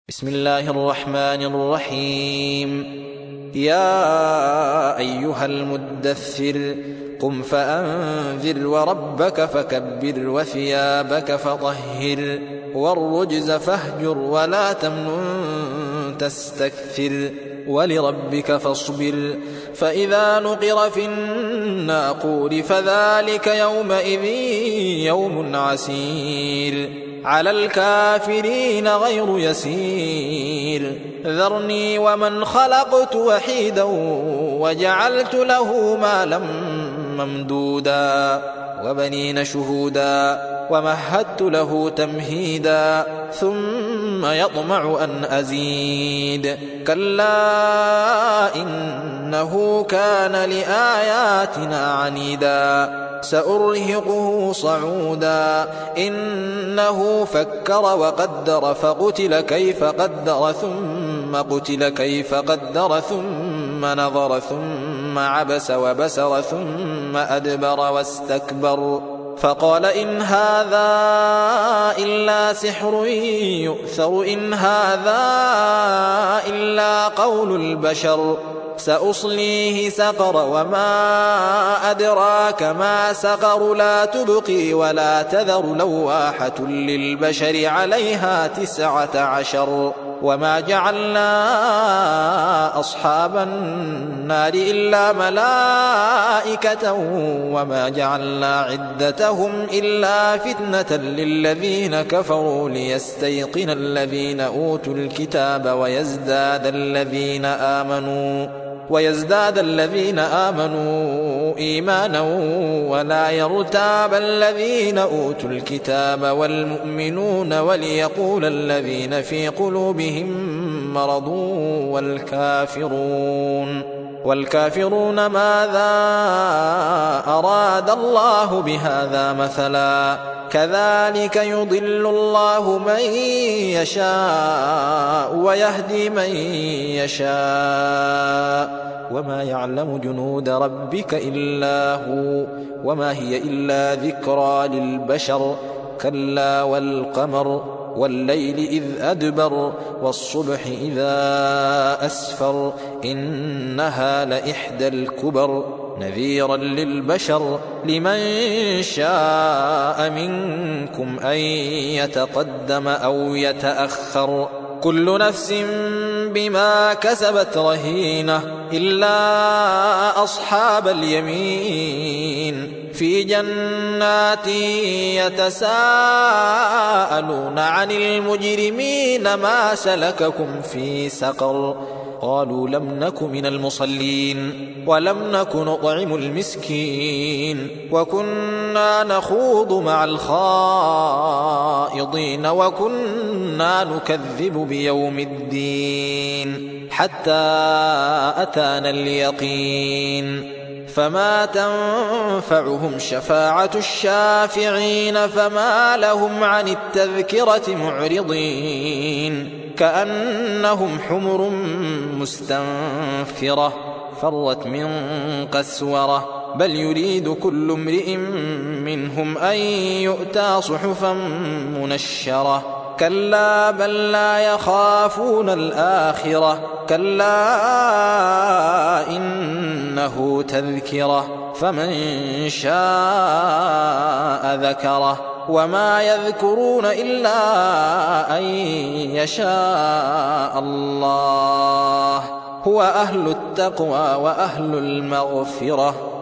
بسم الله الرحمن الرحيم. يا أيها المدثر قم فأنذر وربك فكبر وثيابك فطهر والرجز فاهجر ولا تمنن تستكثر ولربك فاصبر فإذا نقر في الناقور فذلك يومئذ يوم عسير على الكافرين غير يسير ذرني ومن خلقت وحيدا وجعلت له مالا ممدودا وبنين شهودا ومهدت له تمهيدا ثم يطمع أن أزيد كلا إنه كان لآياتنا عنيدا سأرهقه صعودا إنه فكر وقدر فقتل كيف قدر ثم قتل كيف قدر ثم نظر ثم عبس وبسر ثم أدبر واستكبر فقال إن هذا إلا سحر يؤثر إن هذا إلا قول البشر سأصليه سقر وما أدراك ما سقر لا تبقي ولا تذر لواحة للبشر عليها 19 وما جعلنا أصحاب النار إلا ملائكة وما جعلنا عدتهم إلا فتنة للذين كفروا ليستيقن الذين أوتوا الكتاب ويزداد الذين آمنوا إيمانا ولا يرتاب الذين أوتوا الكتاب والمؤمنون وليقول الذين في قلوبهم مرض والكافرون ماذا أراد الله بهذا مثلا كذلك يضل الله من يشاء ويهدي من يشاء وما يعلم جنود ربك إلا هو وما هي إلا ذكرى للبشر كلا والقمر والليل إذ أدبر والصبح إذا أسفر إنها لإحدى الكبر نذيرا للبشر لمن شاء منكم أن يتقدم أو يتأخر كل نفس بما كسبت رهينة إلا أصحاب اليمين في جنات يتساءلون عن المجرمين ما سلككم في سقر قالوا لم نك من المصلين ولم نك نطعم المسكين وكنا نخوض مع الخائضين وكنا نكذب بيوم الدين حتى أتانا اليقين فما تنفعهم شفاعة الشافعين فما لهم عن التذكرة معرضين كأنهم حمر مستنفرة فرت من قسورة بل يريد كل امرئ منهم أن يؤتى صحفا منشرة كلا بل لا يخافون الآخرة كلا إنه تذكرة فمن شاء ذكره وما يذكرون إلا أن يشاء الله هو أهل التقوى وأهل المغفرة